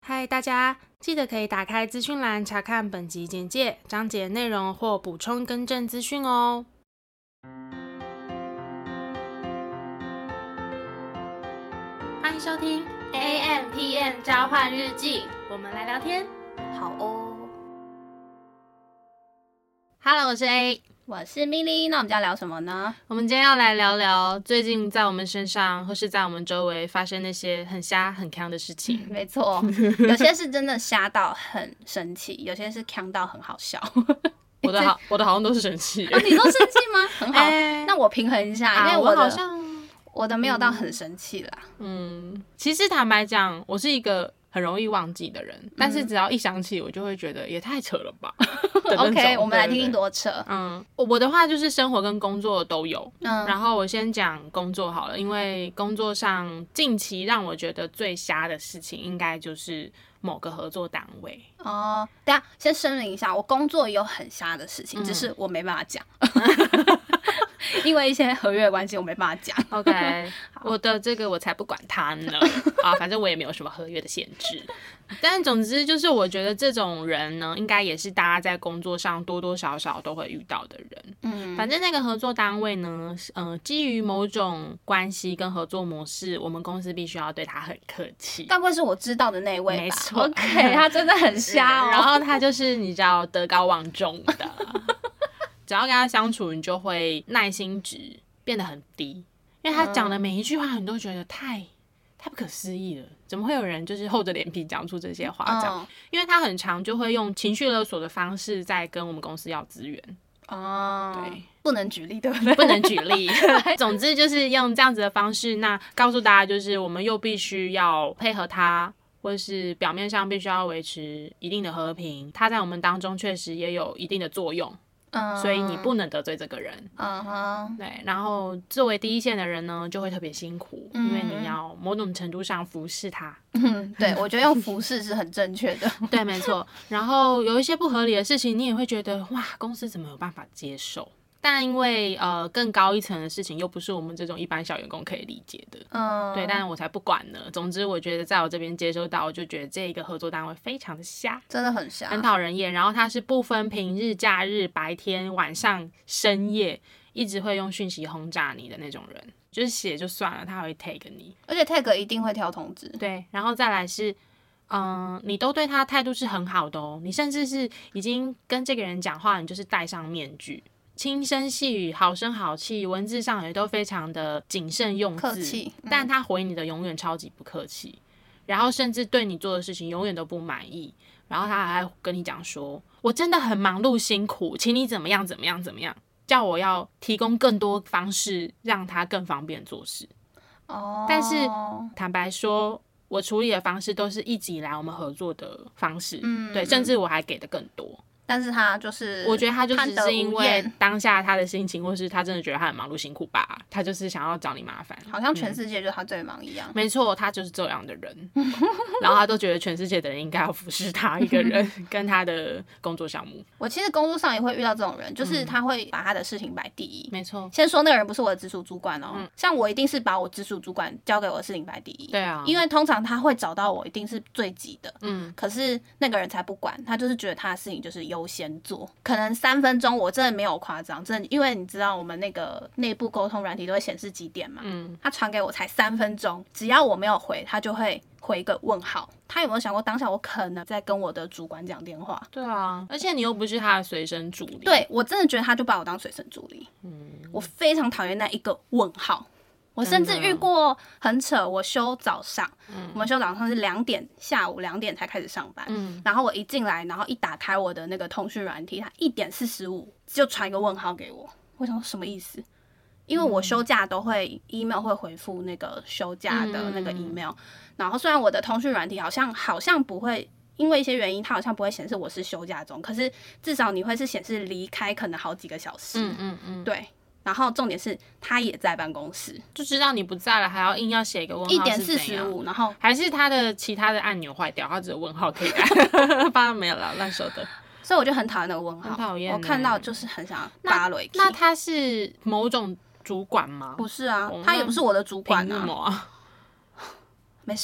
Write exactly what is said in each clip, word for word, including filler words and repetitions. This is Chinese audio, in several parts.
嗨，大家记得可以打开资讯栏查看本集简介、章节内容或补充更正资讯哦。欢迎收听 A M P M 交换日记，我们来聊天。 好哦。 Hello， 我是 A， 我是 Milly。那我们要聊什么呢？ 我们今天要来聊聊最近在我们身上或是在我们周围发生那些很瞎很鏘的事情。 没错，有些是真的瞎到很生气，有些是鏘到很好笑。 我的好，我的好像都是生气。 哦，你都生气吗？很好。欸、那我平衡一下，因为我的、 啊、我好像我的没有到很生气啦。 嗯，其实坦白讲，我是一个很容易忘记的人，嗯、但是只要一想起，我就会觉得也太扯了吧。 OK， 我们来听听多扯。 嗯，我的话就是生活跟工作都有。嗯，然后我先讲工作好了，因为工作上近期让我觉得最瞎的事情，应该就是某个合作单位。 哦，等一下先声明一下，我工作也有很瞎的事情，嗯、只是我没办法讲。因为一些合约的关系，我没办法讲。 OK， 我的这个我才不管他呢啊，反正我也没有什么合约的限制。但总之就是，我觉得这种人呢，应该也是大家在工作上多多少少都会遇到的人。嗯，反正那个合作单位呢，呃，基于某种关系跟合作模式，我们公司必须要对他很客气。 该不会是我知道的那位吧？ 没错 ，OK， 他真的很瞎哦。 然后他就是你知道德高望重的。只要跟他相处，你就会耐心值变得很低，因为他讲的每一句话，你都觉得太太不可思议了，怎么会有人就是厚着脸皮讲出这些话这样？嗯、因为他很常就会用情绪勒索的方式在跟我们公司要资源。 哦， 对， 不能举例，对不对？ 不能举例。总之就是用这样子的方式，那告诉大家就是我们又必须要配合他。或是表面上必须要维持一定的和平，他在我们当中确实也有一定的作用。嗯、所以你不能得罪这个人。嗯哼，对。然后作为第一线的人呢，就会特别辛苦，嗯、因为你要某种程度上服侍他。 嗯，对，我觉得用服侍是很正确的。 对，没错。然后有一些不合理的事情，你也会觉得哇，公司怎么有办法接受？但因为呃更高一层的事情，又不是我们这种一般小员工可以理解的。嗯，对，但是我才不管呢。总之，我觉得在我这边接收到，我就觉得这个合作单位非常的瞎， 真的很瞎， 很讨人厌。然后它是不分平日、假日、白天、晚上、深夜，一直会用讯息轰炸你的那种人。就是写就算了，他会 tag 你， 而且 tag 一定会跳通知。 对，然后再来是。嗯，你都对他态度是很好的哦，你甚至是已经跟这个人讲话，你就是戴上面具。轻声细语，好声好气，文字上也都非常的谨慎用字， 客气、嗯、 但他回你的永远超级不客气，然后甚至对你做的事情永远都不满意，然后他还跟你讲说，我真的很忙碌辛苦，请你怎么样怎么样怎么样，叫我要提供更多方式让他更方便做事。哦，但是坦白说，我处理的方式都是一直以来我们合作的方式，嗯，对，甚至我还给的更多。 但是他就是， 我觉得他就只是因为当下他的心情，或是他真的觉得他很忙碌辛苦吧，他就是想要找你麻烦， 好像全世界就他最忙一样。 嗯、没错，他就是这样的人，然后他都觉得全世界的人应该要服侍他一个人，跟他的工作项目。 我其实工作上也会遇到这种人，就是他会把他的事情摆第一。 没错、嗯， 先说那个人不是我的直属主管哦，嗯、像我一定是把我直属主管交给我的事情摆第一。 对啊， 因为通常他会找到我一定是最急的，嗯，可是那个人才不管，他就是觉得他的事情就是优先做。可能三分钟，我真的没有夸张，真的，因为你知道我们那个内部沟通软体都会显示几点嘛，嗯，他传给我才三分钟，只要我没有回，他就会回一个问号。他有没有想过当下我可能在跟我的主管讲电话？ 对啊，而且你又不是他的随身助理。 对，我真的觉得他就把我当随身助理，嗯，我非常讨厌那一个问号。我甚至遇过很扯，我休早上，嗯、我们休早上是两点，下午两点才开始上班，嗯、然后我一进来，然后一打开我的那个通讯软体，他一点四十五就传一个问号给我，我想说什么意思？因为我休假都会 email 会回复那个休假的那个 email，、嗯、然后虽然我的通讯软体好像好像不会。因为一些原因，它好像不会显示我是休假中，可是至少你会是显示离开可能好几个小时。嗯嗯嗯，对。然后重点是他也在办公室， 就知道你不在了，还要硬要写一个问号是怎样？一点四十五， 然后还是他的其他的按钮坏掉，他只有问号可以按，发没有了，乱说的。 所以我就很讨厌那个问号， 很讨厌、欸。 我看到就是很想扒雷。 那他是某种主管吗？ 不是啊，他也不是我的主管啊。 啊没事，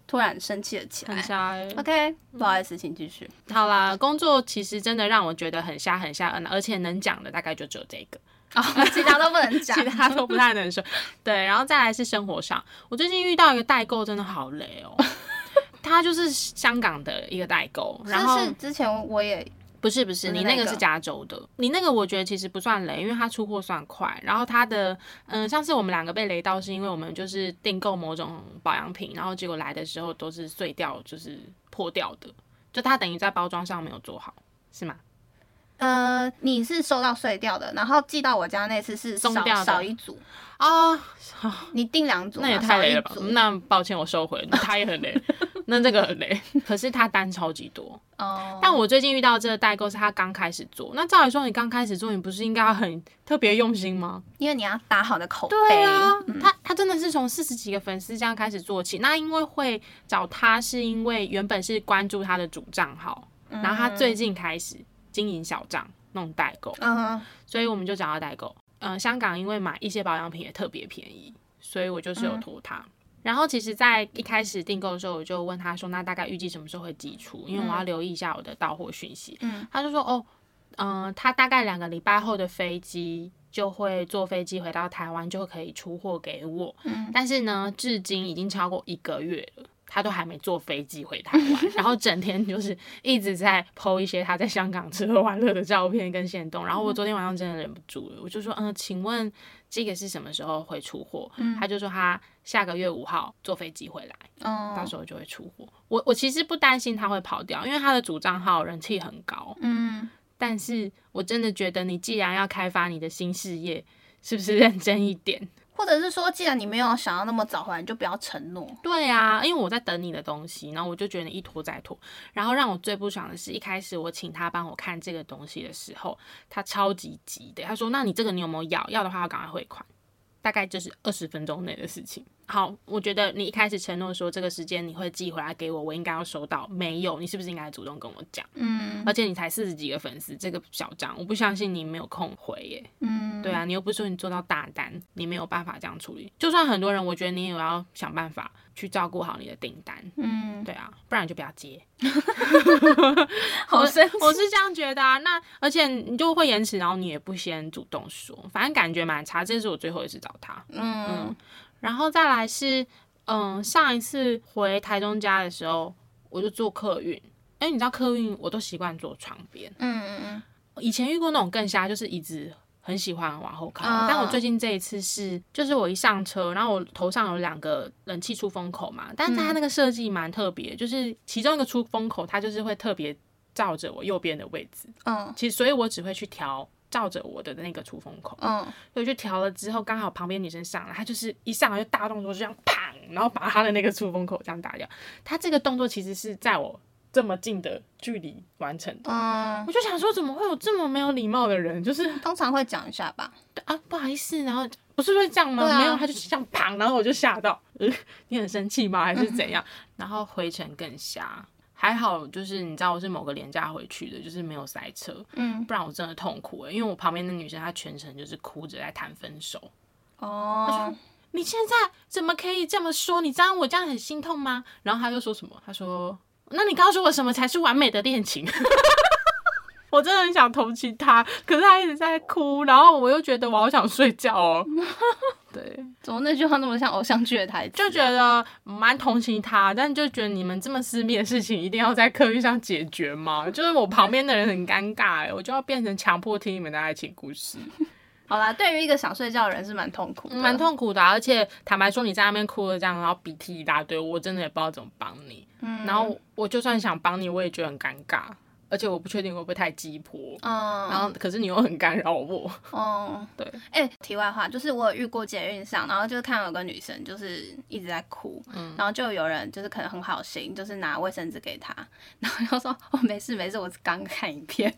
突然生气了起来， 很瞎欸。 OK， 不好意思，请继续。 好啦，工作其实真的让我觉得很瞎很瞎，而且能讲的大概就只有这个。 哦，其他都不能讲， 其他都不太能说。对，然后再来是生活上，我最近遇到一个代购，真的好雷哦。他就是香港的一个代购，然后是之前我也不是不是，你那个是加州的，你那个我觉得其实不算雷，因为他出货算快。然后他的嗯，上次我们两个被雷到，是因为我们就是订购某种保养品，然后结果来的时候都是碎掉，就是破掉的，就他等于在包装上没有做好，是吗？ 呃，你是收到碎掉的，然后寄到我家那次是少少一组哦， 你订两组， 那也太雷了吧？那抱歉，我收回，他也很雷，那这个很雷。可是他单超级多哦。但我最近遇到这个代购是他刚开始做，那照理说你刚开始做，你不是应该要很特别用心吗？ 因为你要打好的口碑。 对啊，嗯、他他真的是从四十几个粉丝这样开始做起。那因为会找他，是因为原本是关注他的主账号，然后他最近开始经营小账弄代购，嗯，所以我们就找到代购。嗯，香港因为买一些保养品也特别便宜，所以我就是有托他。嗯、然后其实，在一开始订购的时候，我就问他说：“那大概预计什么时候会寄出？因为我要留意一下我的到货讯息。”嗯，他就说：“哦，嗯、呃，他大概两个礼拜后的飞机就会坐飞机回到台湾，就可以出货给我。嗯，但是呢，至今已经超过一个月了。”他都还没坐飞机回台湾，然后整天就是一直在 po 一些他在香港吃喝玩乐的照片跟限动，然后我昨天晚上真的忍不住了，我就说，嗯，请问这个是什么时候会出货？嗯、他就说他下个月五号坐飞机回来，哦、到时候就会出货。我我其实不担心他会跑掉，因为他的主账号人气很高，嗯，但是我真的觉得你既然要开发你的新事业，是不是认真一点？ 或者是说，既然你没有想要那么早回来，你就不要承诺。 对啊，因为我在等你的东西，然后我就觉得你一拖再拖。然后让我最不爽的是，一开始我请他帮我看这个东西的时候，他超级急的，他说：“那你这个你有没有要？要的话要赶快汇款。”大概就是二十分钟内的事情。好，我觉得你一开始承诺说这个时间你会寄回来给我，我应该要收到，没有，你是不是应该主动跟我讲？嗯，而且你才四十几个粉丝，这个小账，我不相信你没有空回耶。嗯，对啊，你又不是说你做到大单，你没有办法这样处理。就算很多人，我觉得你也要想办法去照顾好你的订单。嗯，对啊，不然你就不要接。 好生气， 我是这样觉得啊。那而且你就会延迟，然后你也不先主动说，反正感觉蛮差。这是我最后一次找他。嗯。嗯，然后再来是，嗯，上一次回台中家的时候，我就坐客运。哎，你知道客运我都习惯坐窗边。嗯嗯嗯。以前遇过那种更瞎，就是椅子很喜欢往后靠。Oh. 但我最近这一次是，就是我一上车，然后我头上有两个冷气出风口嘛，但是它那个设计蛮特别，就是其中一个出风口，它就是会特别照着我右边的位置。嗯。Oh. 其实，所以我只会去调。照着我的那个出风口，嗯，所以就调了之后，刚好旁边女生上来，她就是一上来就大动作，就这样砰，然后把她的那个出风口这样打掉。她这个动作其实是在我这么近的距离完成的，嗯，我就想说，怎么会有这么没有礼貌的人？就是通常会讲一下吧， 啊，不好意思，然后不是会这样吗？啊、没有，他就是这样砰，然后我就吓到，呃，你很生气吗？还是怎样？然后回程更瞎。还好，就是你知道我是某个连假回去的，就是没有塞车，嗯，不然我真的痛苦了，因为我旁边的女生她全程就是哭着在谈分手。哦，她说你现在怎么可以这么说？你知道我这样很心痛吗？然后她就说什么？她说，那你告诉我什么才是完美的恋情？我真的很想同情她，可是她一直在哭，然后我又觉得我好想睡觉哦。对， 怎么那句话那么像偶像剧的台词、啊？ 就觉得蛮同情他，但就觉得你们这么私密的事情一定要在客运上解决吗？就是我旁边的人很尴尬哎，我就要变成强迫听你们的爱情故事。 好啦，对于一个想睡觉的人是蛮痛苦的， 蛮痛苦的、啊。而且坦白说，你在那边哭了这样，然后鼻涕一大堆，我真的也不知道怎么帮你。嗯，然后我就算想帮你，我也觉得很尴尬。而且我不确定会不会太鸡婆，嗯，然后可是你又很干扰我，哦，对， 哎、欸，题外话，就是我有遇过捷运上，然后就看到有个女生就是一直在哭，嗯，然后就有人就是可能很好心，就是拿卫生纸给她，然后又说哦没事没事，我刚看影片，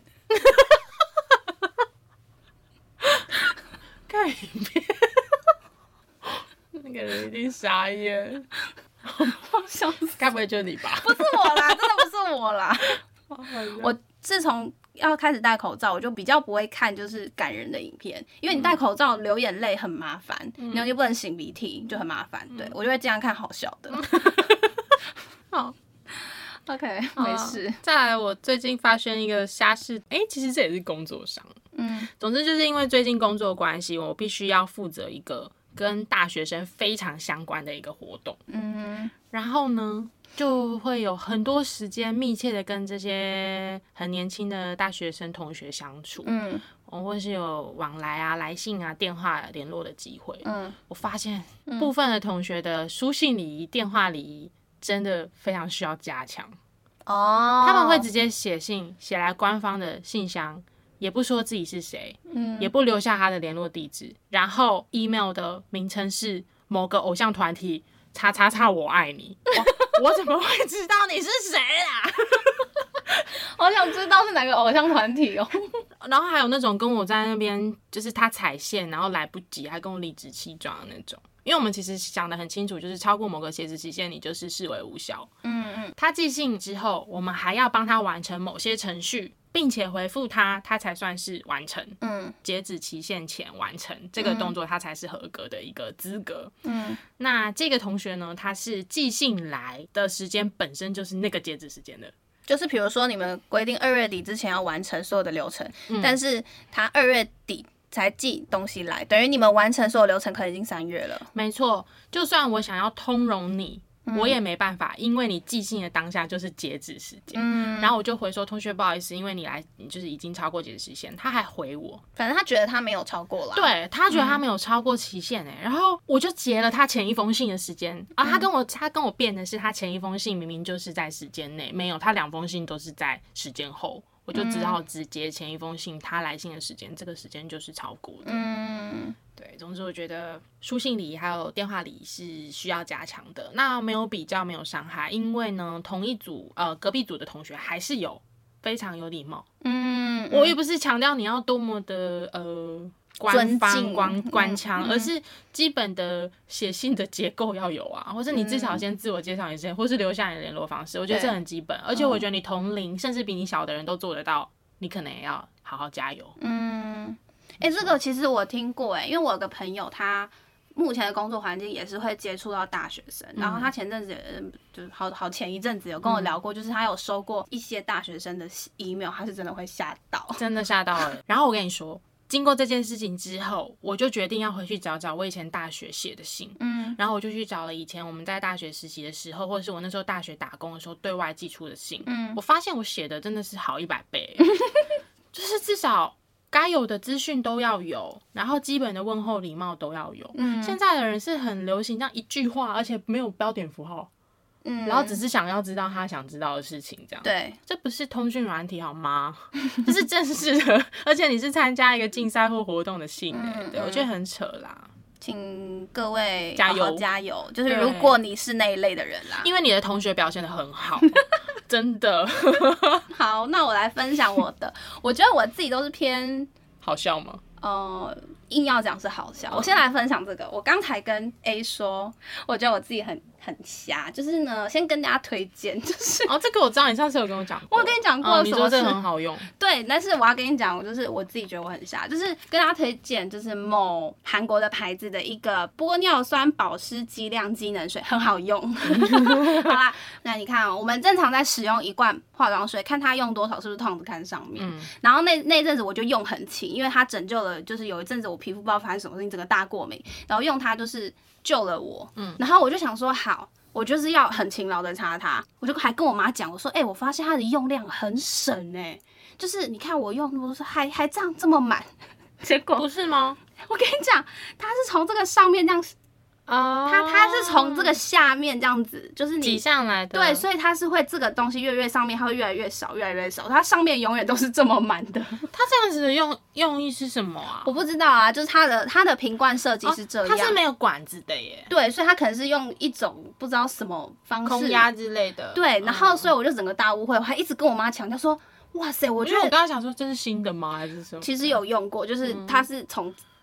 看影片，那个人一定傻眼， 好笑死， 该不会就是你吧？ 不是我啦，真的不是我啦。我自从要开始戴口罩，我就比较不会看就是感人的影片，因为你戴口罩流眼泪很麻烦，嗯、然后又不能擤鼻涕，就很麻烦。对、嗯、我就会这样看好笑的。 好 ，OK， 没事、 呃。再来，我最近发生一个瞎事，哎、欸，其实这也是工作上，嗯，总之就是因为最近工作关系，我必须要负责一个跟大学生非常相关的一个活动，嗯，然后呢，就会有很多时间密切的跟这些很年轻的大学生同学相处，嗯。或是有往来啊、来信啊、电话联络的机会。嗯，我发现部分的同学的书信礼仪、电话礼仪真的非常需要加强。哦，他们会直接写信写来官方的信箱，也不说自己是谁，嗯，也不留下他的联络地址，然后 email 的名称是某个偶像团体叉叉叉我爱你。我怎么会知道你是谁啊？ 好想知道是哪个偶像团体哦。 然后还有那种跟我在那边，就是他踩线，然后来不及，还跟我理直气壮的那种。因为我们其实想得很清楚，就是超过某个截止期限，你就是视为无效。嗯嗯。他寄信之后，我们还要帮他完成某些程序，并且回复他，他才算是完成。嗯。截止期限前完成这个动作，他才是合格的一个资格。嗯。那这个同学呢，他是寄信来的时间本身就是那个截止时间的。 就是比如说你们规定二月底之前要完成所有的流程，嗯、但是他二月底才寄东西来，等于你们完成所有流程可能已经三月了。 没错，就算我想要通融你，嗯、我也没办法，因为你寄信的当下就是截止时间。嗯，然后我就回说同学不好意思，因为你来你就是已经超过截止时限，他还回我， 反正他觉得他没有超过啦。 对，他觉得他没有超过期限哎、欸，嗯、然后我就截了他前一封信的时间啊，他跟我他跟我辩的是他前一封信明明就是在时间内，没有，他两封信都是在时间后。我就只好只截前一封信，他来信的时间，这个时间就是超过的。嗯，对，总之我觉得书信礼仪还有电话礼仪是需要加强的。那没有比较，没有伤害，因为呢，同一组呃隔壁组的同学还是有非常有礼貌。嗯，我也不是强调你要多么的呃。官方官官腔，而是基本的写信的结构要有啊，或是你至少先自我介绍一下，或是留下你的联络方式，我觉得这很基本。而且我觉得你同龄甚至比你小的人都做得到，你可能也要好好加油。嗯， 哎、欸，这个其实我听过哎、欸，因为我有个朋友，他目前的工作环境也是会接触到大学生，嗯、然后他前阵子就是好好前一阵子有跟我聊过，嗯、就是他有收过一些大学生的 email， 他是真的会吓到， 真的吓到了、欸。然后我跟你说。经过这件事情之后，我就决定要回去找找我以前大学写的信，嗯，然后我就去找了以前我们在大学实习的时候，或者是我那时候大学打工的时候对外寄出的信，嗯，我发现我写的真的是好一百倍，就是至少该有的资讯都要有，然后基本的问候礼貌都要有，嗯，现在的人是很流行这样一句话，而且没有标点符号。嗯，然后只是想要知道他想知道的事情，这样。 对， 这不是通讯软体好吗？这是正式的，而且你是参加一个竞赛或活动的信、欸，嗯、对，我觉得很扯啦。 请各位加油好好加油！就是如果你是那一类的人啦， 因为你的同学表现得很好，真的。 好，那我来分享我的，我觉得我自己都是偏好笑吗？ 呃，硬要讲是好笑。我先来分享这个，我刚才跟 A 说，我觉得我自己很很瞎，就是呢，先跟大家推荐，就是哦，这个我知道，你上次有跟我讲过， 我跟你讲过、 哦，你说这个很好用， 对，但是我要跟你讲，我就是我自己觉得我很瞎，就是跟大家推荐，就是某韩国的牌子的一个玻尿酸保湿肌亮机能水，很好用。好啦，那你看、哦，我们正常在使用一罐化妆水，看它用多少，是不是通常不看上面？嗯、然后那那阵子我就用很勤，因为它拯救了。就是有一阵子我皮肤不知道发生什么事情，整个大过敏，然后用它就是救了我。嗯，然后我就想说，好，我就是要很勤劳的擦它。我就还跟我妈讲，我说，哎、欸，我发现它的用量很省哎、欸，就是你看我用，我说还还这样这么满，结果不是吗？ 我跟你讲，它是从这个上面这样。Oh, 它它是从这个下面这样子，就是你挤上来的， 对，所以它是会这个东西越越上面，它会越来越少，越来越少，它上面永远都是这么满的。 它这样子的用用意是什么啊？ 我不知道啊，就是它的它的瓶罐设计是这样、哦， 它是没有管子的耶。 对，所以它可能是用一种不知道什么方式空压之类的。 对，然后所以我就整个大误会，我还一直跟我妈强调说，哇塞，我觉得我刚刚想说这是新的吗？还是什么？ 其实有用过，就是它是从。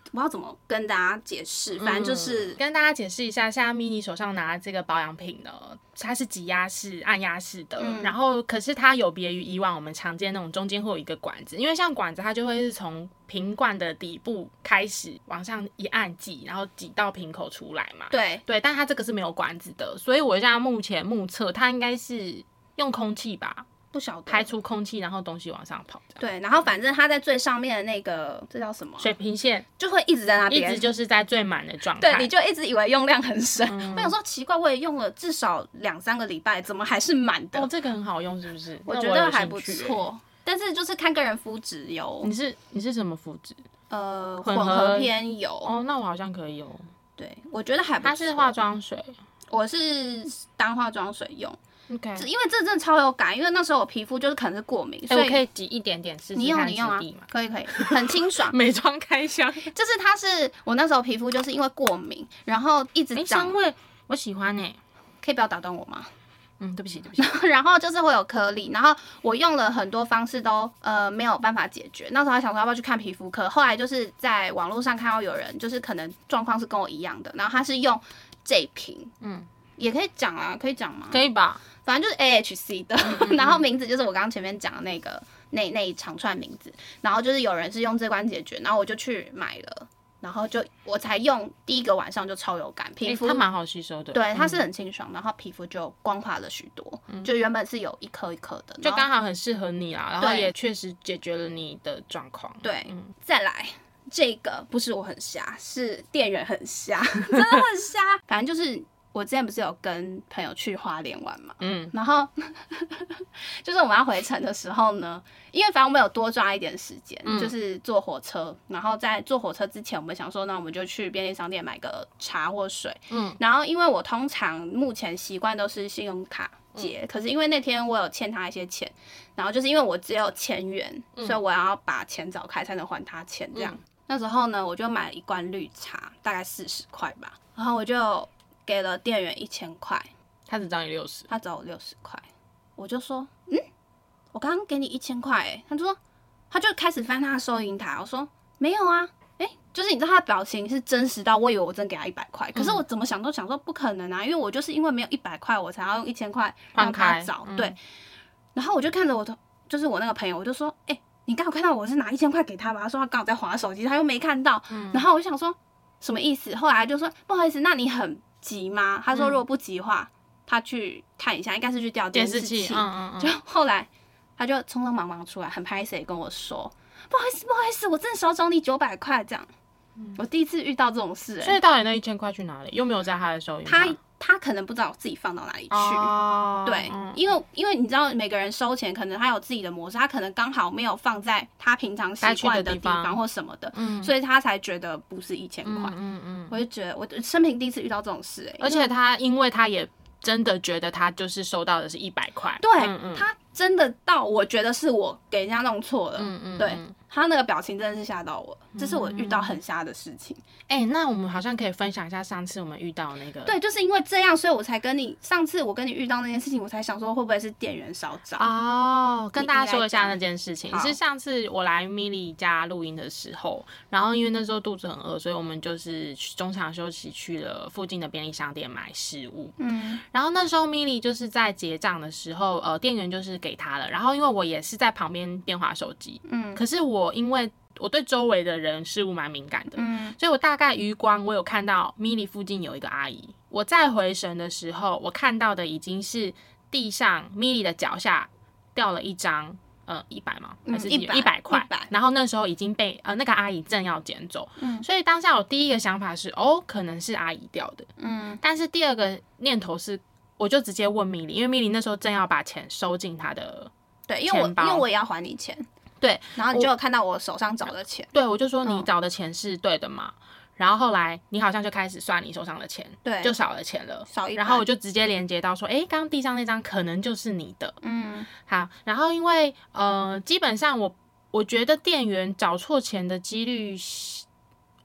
不知道怎么跟大家解释，反正就是、 嗯、跟大家解释一下，现在 mini 手上拿的这个保养品呢，它是挤压式、按压式的、嗯，然后可是它有别于以往我们常见那种中间会有一个管子，因为像管子它就会是从瓶罐的底部开始往上一按挤，然后挤到瓶口出来嘛。 对对，但它这个是没有管子的，所以我现在目前目测它应该是用空气吧。 不晓得排出空气，然后东西往上跑。 对，然后反正它在最上面的那个，这叫什么？ 水平线就会一直在那边， 一直就是在最满的状态。 对，你就一直以为用量很深。嗯、我想说奇怪，我也用了至少两三个礼拜，怎么还是满的？ 哦，这个很好用，是不是？ 我觉得还不错，但是就是看个人肤质油。 你是你是什么肤质？ 呃，混合偏油。 哦，那我好像可以哦。 对，我觉得还不错。 它是化妆水， 我是当化妆水用。 Okay. 因为这真的超有感，因为那时候我皮肤就是可能是过敏， 欸、 所以我可以挤一点点试试看。 你用你用啊，可以可以，很清爽。 美妆开箱， 就是它是我那时候皮肤就是因为过敏，然后一直长、 欸、香味，我喜欢哎、欸， 可以不要打断我吗？ 嗯，对不起对不起。 然后就是会有颗粒，然后我用了很多方式都呃没有办法解决。那时候还想说要不要去看皮肤科，后来就是在网络上看到有人就是可能状况是跟我一样的，然后他是用这瓶，嗯，也可以讲啊，可以讲吗？ 可以吧。 反正就是 A H C 的，然后名字就是我刚刚前面讲的那个那那一长串名字，然后就是有人是用这关解决，然后我就去买了，然后就我才用第一个晚上就超有感，皮肤、 欸、它蛮好吸收的， 对，它是很清爽，然后皮肤就光滑了许多，嗯、就原本是有一颗一颗的， 就刚好很适合你啦，然后也确实解决了你的状况。 对、嗯，再来这个不是我很瞎，是店员很瞎，真的很瞎，反正就是。我之前不是有跟朋友去花莲玩嘛，嗯，然后就是我们要回程的时候呢，因为反正我们有多抓一点时间、嗯，就是坐火车，然后在坐火车之前，我们想说，那我们就去便利商店买个茶或水，嗯，然后因为我通常目前习惯都是信用卡结、嗯，可是因为那天我有欠他一些钱，然后就是因为我只有千元、嗯，所以我要把钱找开才能还他钱，这样、嗯。那时候呢，我就买了一罐绿茶，大概四十块吧，然后我就。给了店员一千块， 他只找你六十， 他找我六十块，我就说，嗯，我刚刚给你一千块，哎，他就说，他就开始翻他的收银台，我说没有啊，哎、欸，就是你知道他的表情是真实到，我以为我真给他一百块，可是我怎么想都想说不可能啊，因为我就是因为没有一百块，我才要用一千块让他找、嗯，对，然后我就看着我的，就是我那个朋友，我就说，哎、欸，你刚好看到我是拿一千块给他吧？他说他刚好在滑手机，他又没看到、嗯，然后我就想说什么意思？后来他就说不好意思，那你很。急吗？他说如果不急的话、嗯，他去看一下，应该是去调监视器。嗯嗯嗯。就后来他就匆匆忙忙出来，很拍谁跟我说，不好意思，不好意思，我真的少找你九百块这样、嗯。我第一次遇到这种事、欸， 所以到底那一千块去哪里？又没有在他的收银台。 他他可能不知道我自己放到哪里去。 哦。 对、嗯，因为因为你知道每个人收钱可能他有自己的模式，他可能刚好没有放在他平常习惯的地方或什么的，嗯，所以他才觉得不是一千块。嗯嗯嗯。我就觉得我生平第一次遇到这种事、欸， 而且他因为他也真的觉得他就是收到的是一百块， 对、 嗯嗯， 他真的到我觉得是我给人家弄错了，嗯嗯，对。他那个表情真的是吓到我，这是我遇到很瞎的事情。 哎、欸，那我们好像可以分享一下上次我们遇到的那个。 对，就是因为这样，所以我才跟你上次我跟你遇到那件事情，我才想说会不会是店员少找哦。跟大家说一下那件事情，是上次我来 Milly 家录音的时候，然后因为那时候肚子很饿，所以我们就是中场休息去了附近的便利商店买食物。嗯，然后那时候 Milly 就是在结账的时候，呃，店员就是给他了，然后因为我也是在旁边边滑手机，嗯，可是我因为我对周围的人事物蛮敏感的，嗯，所以我大概余光我有看到 Milly 附近有一个阿姨，我再回神的时候，我看到的已经是地上 Milly 的脚下掉了一张呃一百吗？还是一百块？然后那时候已经被呃那个阿姨正要捡走，嗯，所以当下我第一个想法是哦可能是阿姨掉的，嗯，但是第二个念头是我就直接问 Milly， 因为 Milly 那时候正要把钱收进她的对，因为我因为我也要还你钱。 对， 然后你就有看到我手上找的钱， 对，我就说你找的钱是对的嘛，嗯、然后后来你好像就开始算你手上的钱，对，就少了钱了， 少一， 然后我就直接连接到说，哎，刚刚地上那张可能就是你的，嗯，好，然后因为呃，基本上我我觉得店员找错钱的几率，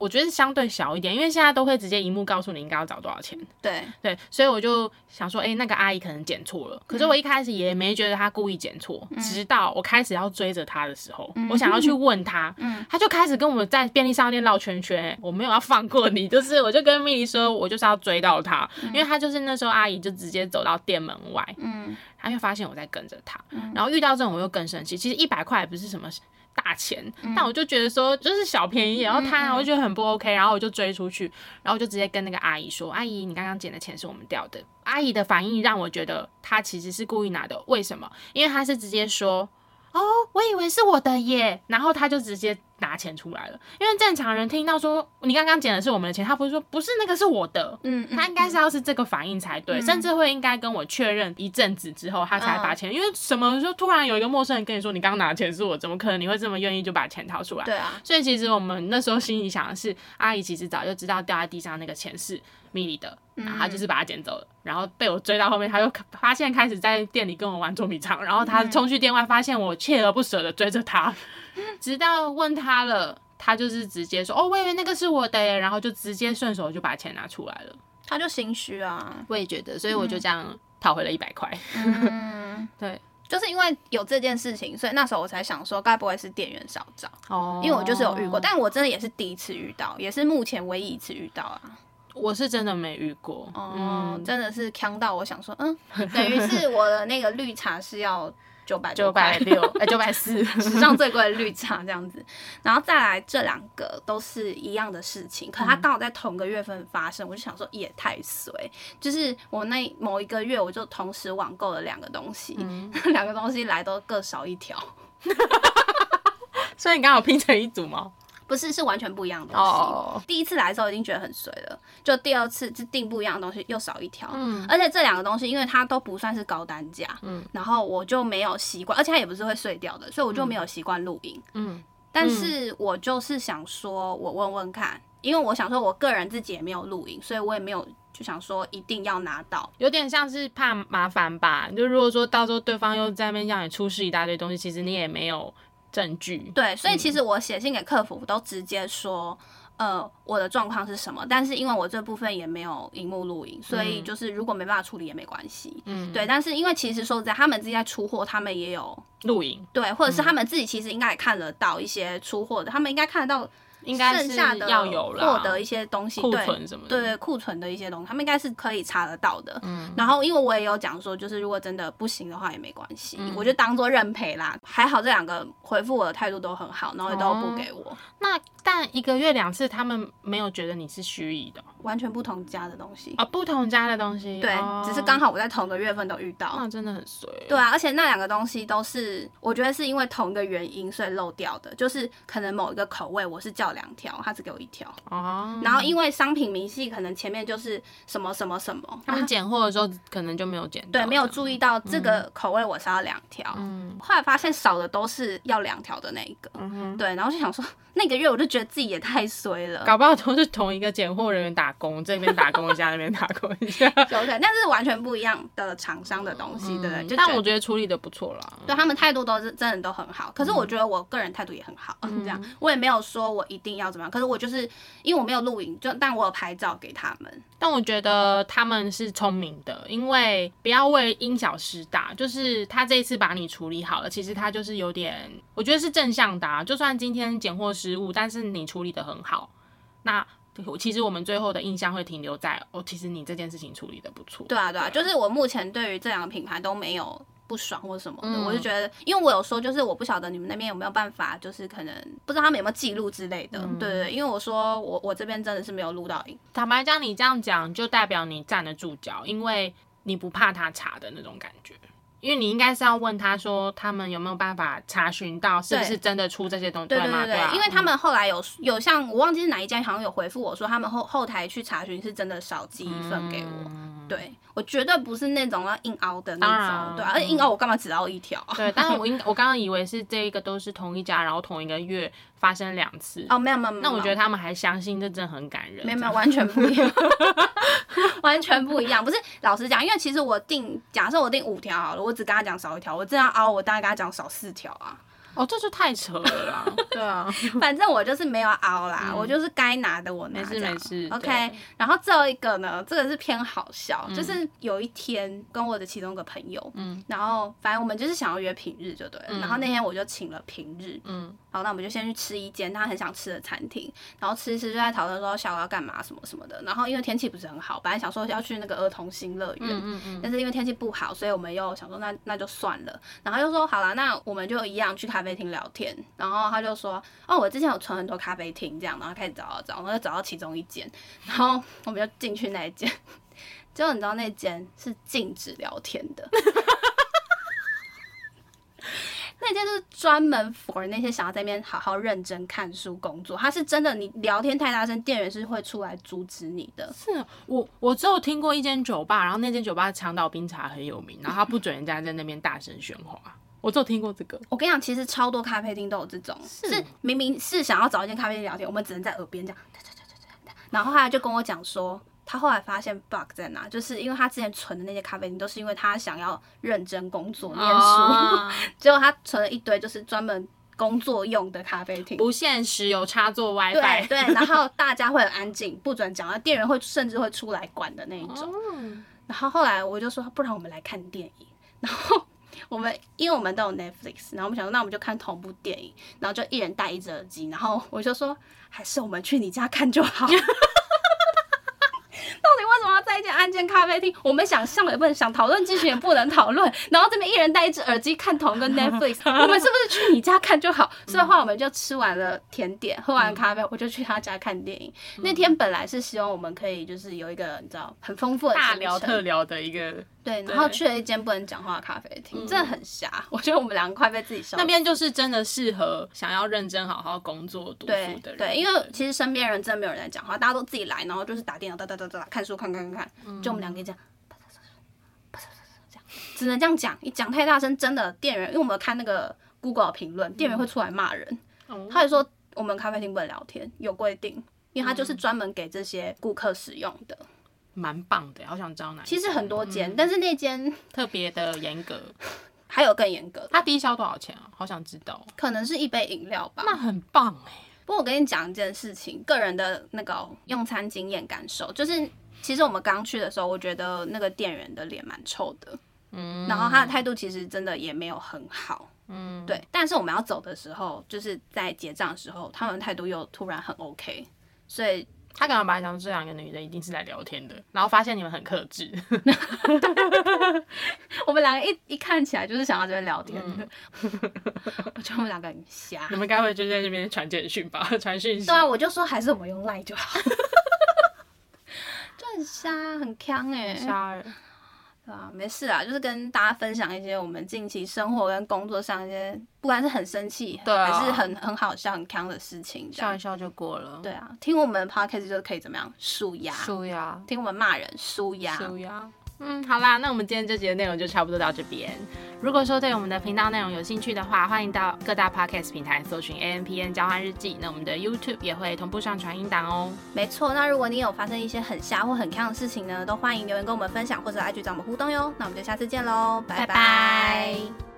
我觉得相对小一点，因为现在都会直接一幕告诉你应该要找多少钱。 对对，所以我就想说，哎、欸，那个阿姨可能剪错了。可是我一开始也没觉得她故意剪错、嗯，直到我开始要追着她的时候、嗯，我想要去问她，嗯，她就开始跟我在便利商店绕圈圈。我没有要放过你，就是我就跟蜜莉说，我就是要追到她、嗯，因为她就是那时候阿姨就直接走到店门外，嗯，她就发现我在跟着她、嗯，然后遇到这种我又更生气。其实一百块也不是什么大钱、嗯，但我就觉得说就是小便宜也要贪、啊，我就觉得很不 OK， 然后我就追出去，然后我就直接跟那个阿姨说：“阿姨，你刚刚捡的钱是我们掉的。”阿姨的反应让我觉得她其实是故意拿的，为什么？因为她是直接说：“哦，我以为是我的耶。”然后她就直接拿钱出来了。因为正常人听到说你刚刚捡的是我们的钱，他不会说不是那个是我的，嗯，他应该是要是这个反应才对，嗯、甚至会应该跟我确认一阵子之后，他才把钱、嗯。因为什么就突然有一个陌生人跟你说你刚刚拿的钱是我，怎么可能你会这么愿意就把钱掏出来？ 对啊。 所以其实我们那时候心里想的是，阿姨其实早就知道掉在地上那个钱是蜜莉的，然后他就是把它捡走了，然后被我追到后面，他就发现开始在店里跟我玩捉迷藏，然后他冲去店外发现我锲而不舍的追着他，直到问他了。他就是直接说：“哦，我以为那个是我的耶。”然后就直接顺手就把钱拿出来了。 他就心虚啊， 我也觉得，所以我就这样讨回了一百块。嗯，对， 就是因为有这件事情，所以那时候我才想说，该不会是店员少找？哦，因为我就是有遇过，但我真的也是第一次遇到，也是目前唯一一次遇到啊。 我是真的没遇过， 哦，嗯、真的是呛到我想说，嗯，等于是我的那个绿茶是要。九百九百六，哎，九百四， 史上最贵的绿茶这样子。然后再来这两个都是一样的事情，可它刚好在同个月份发生，我就想说也太衰。就是我那某一个月，我就同时网购了两个东西，嗯、两个东西来都各少一条。 所以你刚好拼成一组吗？ 不是，是完全不一样的东西。Oh. 第一次来的时候已经觉得很衰了，就第二次就订不一样的东西又少一条。嗯，而且这两个东西因为它都不算是高单价，嗯，然后我就没有习惯，而且它也不是会碎掉的，所以我就没有习惯录音。嗯，但是我就是想说，我问问看，因为我想说我个人自己也没有录音，所以我也没有就想说一定要拿到， 有点像是怕麻烦吧。就如果说到时候对方又在那边让你出示一大堆东西，其实你也没有证据。 对，所以其实我写信给客服都直接说呃我的状况是什么，但是因为我这部分也没有荧幕录影，所以就是如果没办法处理也没关系。嗯，对，但是因为其实说实在他们自己在出货，他们也有录影， 对，或者是他们自己其实应该也看得到一些出货的，他们应该看得到应该是要有获得一些东西， 库存什么的， 对对，库存的一些东西，他们应该是可以查得到的。嗯，然后因为我也有讲说，就是如果真的不行的话也没关系，嗯、我就当做认赔啦。还好这两个回复我的态度都很好，然后也都不给我。哦、 那但一个月两次，他们没有觉得你是虚拟的， 完全不同家的东西哦，不同家的东西， 对， 哦、 只是刚好我在同个月份都遇到， 那真的很衰。 对啊，而且那两个东西都是我觉得是因为同一个原因所以漏掉的，就是可能某一个口味我是叫两条，他只给我一条哦，然后因为商品明细可能前面就是什么什么什么， 他们拣货的时候可能就没有拣到， 对，没有注意到这个口味我是要两条，嗯，后来发现少的都是要两条的那一个，嗯，对，然后就想说那个月我就觉得自己也太衰了， 搞不好都是同一个拣货人员打工，这边打工一下，那边打工一下， 有可能，但是完全不一样的厂商的东西，嗯、对不对？就但我觉得处理的不错啦， 对，他们态度都是真的都很好，可是我觉得我个人态度也很好，嗯、这样我也没有说我一定要怎么样，可是我就是因为我没有录影，就但我有拍照给他们。 但我觉得他们是聪明的，因为不要为因小失大，就是他这一次把你处理好了，其实他就是有点，我觉得是正向的、啊。就算今天拣货失误，但是你处理的很好，那其实我们最后的印象会停留在哦，其实你这件事情处理的不错。 对啊，对啊，就是我目前对于这两个品牌都没有不爽或什么的、嗯，我就觉得，因为我有说，就是我不晓得你们那边有没有办法，就是可能不知道他们有没有记录之类的，嗯、对对对，因为我说我我这边真的是没有录到影。 坦白讲，你这样讲就代表你站得住脚，因为你不怕他查的那种感觉。因为你应该是要问他说，他们有没有办法查询到是不是真的出这些东西，对吗？ 对对对，因为他们后来有有像我忘记是哪一家，好像有回复我说，他们后后台去查询是真的少寄一份给我。嗯、对，我绝对不是那种要硬凹的那种，对啊，而且硬凹我干嘛只凹一条、啊？ 对，但是我应我刚刚以为是这一个都是同一家，然后同一个月发生两次。 哦，没有没有没有， 那我觉得他们还相信，这真的很感人。 没有没有，完全不一样，完全不一样。不是，老实讲，因为其实我订，假设我订五条好了，我只跟他讲少一条。我这样凹，我大概跟他讲少四条啊。 哦，这就太扯了啦。对啊， 反正我就是没有熬啦，嗯、我就是该拿的我拿。 没事没事。 OK， 然后最后一个呢，这个是偏好笑，嗯、就是有一天跟我的其中一个朋友，嗯，然后反正我们就是想要约平日就对了，嗯、然后那天我就请了平日，嗯，好，那我们就先去吃一间他很想吃的餐厅，然后吃一吃就在讨论说下午要干嘛什么什么的，然后因为天气不是很好，本来想说要去那个儿童新乐园，嗯嗯嗯，但是因为天气不好，所以我们又想说那那就算了，然后又说好啦，那我们就一样去咖啡厅聊天，然后他就说哦，我之前有存很多咖啡厅这样，然后开始找找找，然后就找到其中一间，然后我们就进去那一间，结果你知道那间是禁止聊天的。那间就是专门 for 那些想要在那边好好认真看书工作，它是真的，你聊天太大声，店员是会出来阻止你的。 是我我只有听过一间酒吧，然后那间酒吧长岛冰茶很有名，然后他不准人家在那边大声喧哗。我只有听过这个。 我跟你讲，其实超多咖啡厅都有这种，是, 是明明是想要找一间咖啡厅聊天，我们只能在耳边这样，然后后来就跟我讲说。他后来发现 bug 在哪，就是因为他之前存的那些咖啡厅都是因为他想要认真工作念书，哦、结果他存了一堆就是专门工作用的咖啡厅， 不限时有插座 WiFi， 对对，然后大家会很安静，不准讲话，店员会甚至会出来管的那一种。哦、然后后来我就说，不然我们来看电影，然后我们因为我们都有 Netflix， 然后我们想说那我们就看同部电影，然后就一人戴一只耳机，然后我就说还是我们去你家看就好。到底为什么要在一间安静咖啡厅？我们想象也不能想，讨论剧情也不能讨论，然后这边一人戴一只耳机看同一个 Netflix， 我们是不是去你家看就好？所以后来我们就吃完了甜点，喝完咖啡，我就去他家看电影。嗯、那天本来是希望我们可以就是有一个你知道很丰富的大聊特聊的一个。 对，然后去了一间不能讲话的咖啡厅，真的很瞎。我觉得我们两个快被自己笑死。 那边就是真的适合想要认真好好工作读书的人。 对，对，因为其实身边人真的没有人在讲话，大家都自己来，然后就是打电脑哒哒哒哒看书看看看看，嗯、就我们两个这样，这样只能这样讲，一讲太大声，真的店员，因为我们看那个 Google 评论，店员会出来骂人。嗯、他还说我们咖啡厅不能聊天，有规定，因为他就是专门给这些顾客使用的。 蛮棒的，好想知道哪一间。 其实很多间，嗯、但是那间特别的严格， 还有更严格。 它低消多少钱啊？好想知道。 可能是一杯饮料吧。 那很棒哎、欸。 不过我跟你讲一件事情，个人的那个用餐经验感受，就是其实我们刚去的时候，我觉得那个店员的脸蛮臭的，嗯，然后他的态度其实真的也没有很好，嗯，对。但是我们要走的时候，就是在结账的时候，他们态度又突然很 OK， 所以。 他可能本来想这两个女的一定是来聊天的，然后发现你们很克制。 我们两个一一看起来就是想要这边聊天的，嗯、我觉得我们两个很瞎。 你们该会就在这边传简讯吧，传讯息。 对啊，我就说还是我们用 Line 就好。就很瞎，很鏘哎、欸， 瞎人。 对啊，没事啊，就是跟大家分享一些我们近期生活跟工作上一些，不管是很生气，对啊、还是很很好笑、很鏘的事情， 笑一笑就过了。 对啊，听我们的 podcast 就可以怎么样，抒压， 抒压； 听我们骂人，抒压， 抒压。嗯，好啦，那我们今天这集的内容就差不多到这边。如果说对我们的频道内容有兴趣的话，欢迎到各大 podcast 平台搜寻 A M P N 交换日记。那我们的 YouTube 也会同步上传音档哦。 没错，那如果你有发生一些很瞎或很鏘的事情呢，都欢迎留言跟我们分享，或者 I G 找我们互动哟。那我们就下次见喽，拜拜。拜拜。